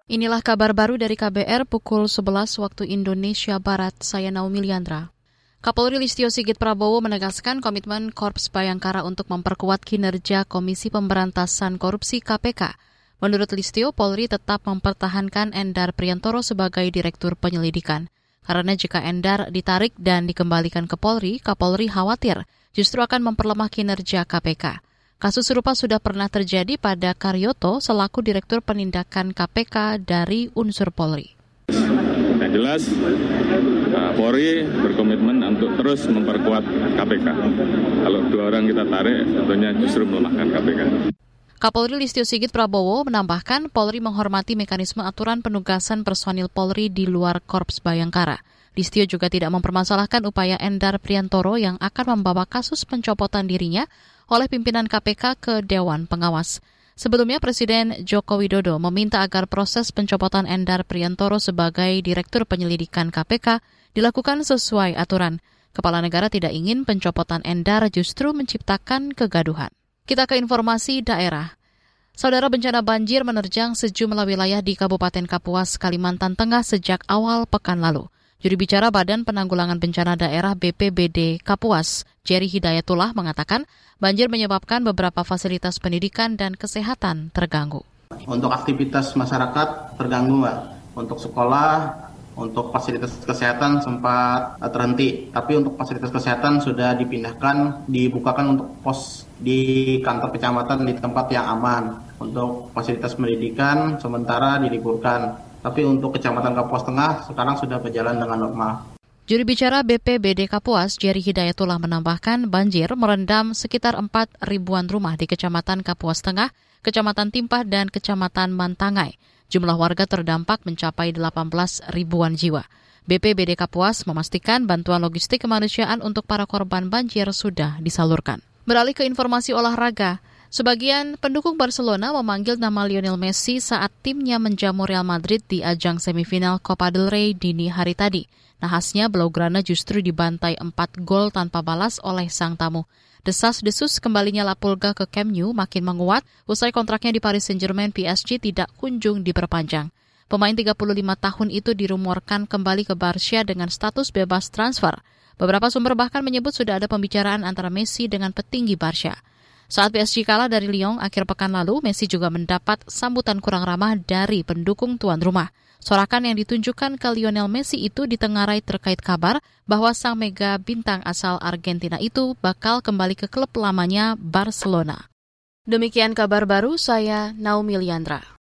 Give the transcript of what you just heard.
Inilah kabar baru dari KBR pukul 11 waktu Indonesia Barat. Saya Naomi Liandra. Kapolri Listio Sigit Prabowo menegaskan komitmen Korps Bayangkara untuk memperkuat kinerja Komisi Pemberantasan Korupsi KPK. Menurut Listio, Polri tetap mempertahankan Endar Priantoro sebagai Direktur Penyelidikan. Karena jika Endar ditarik dan dikembalikan ke Polri, Kapolri khawatir justru akan memperlemah kinerja KPK. Kasus serupa sudah pernah terjadi pada Karyoto selaku Direktur Penindakan KPK dari unsur Polri. Yang jelas, Polri berkomitmen untuk terus memperkuat KPK. Kalau dua orang kita tarik, tentunya justru melemahkan KPK. Kapolri Listio Sigit Prabowo menambahkan Polri menghormati mekanisme aturan penugasan personil Polri di luar Korps Bayangkara. Listio juga tidak mempermasalahkan upaya Endar Priantoro yang akan membawa kasus pencopotan dirinya oleh pimpinan KPK ke Dewan Pengawas. Sebelumnya Presiden Joko Widodo meminta agar proses pencopotan Endar Priantoro sebagai Direktur Penyelidikan KPK dilakukan sesuai aturan. Kepala negara tidak ingin pencopotan Endar justru menciptakan kegaduhan. Kita ke informasi daerah. Saudara, bencana banjir menerjang sejumlah wilayah di Kabupaten Kapuas, Kalimantan Tengah sejak awal pekan lalu. Juru bicara Badan Penanggulangan Bencana Daerah BPBD Kapuas, Jerry Hidayatullah mengatakan banjir menyebabkan beberapa fasilitas pendidikan dan kesehatan terganggu. Untuk aktivitas masyarakat terganggu, Mbak. Untuk sekolah, untuk fasilitas kesehatan sempat terhenti. Tapi untuk fasilitas kesehatan sudah dipindahkan, dibukakan untuk pos di kantor kecamatan di tempat yang aman. Untuk fasilitas pendidikan sementara diliburkan. Tapi untuk Kecamatan Kapuas Tengah sekarang sudah berjalan dengan normal. Juru bicara BPBD Kapuas, Jerry Hidayatullah menambahkan banjir merendam sekitar 4.000-an rumah di Kecamatan Kapuas Tengah, Kecamatan Timpah, dan Kecamatan Mantangai. Jumlah warga terdampak mencapai 18.000-an jiwa. BPBD Kapuas memastikan bantuan logistik kemanusiaan untuk para korban banjir sudah disalurkan. Beralih ke informasi olahraga. Sebagian pendukung Barcelona memanggil nama Lionel Messi saat timnya menjamu Real Madrid di ajang semifinal Copa del Rey dini hari tadi. Nahasnya Blaugrana justru dibantai 4 gol tanpa balas oleh sang tamu. Desas-desus kembalinya La Pulga ke Camp Nou makin menguat usai kontraknya di Paris Saint-Germain PSG tidak kunjung diperpanjang. Pemain 35 tahun itu dirumorkan kembali ke Barca dengan status bebas transfer. Beberapa sumber bahkan menyebut sudah ada pembicaraan antara Messi dengan petinggi Barca. Saat PSG kalah dari Lyon akhir pekan lalu, Messi juga mendapat sambutan kurang ramah dari pendukung tuan rumah. Sorakan yang ditunjukkan ke Lionel Messi itu ditengarai terkait kabar bahwa sang mega bintang asal Argentina itu bakal kembali ke klub lamanya Barcelona. Demikian kabar baru, saya Naomi Liandra.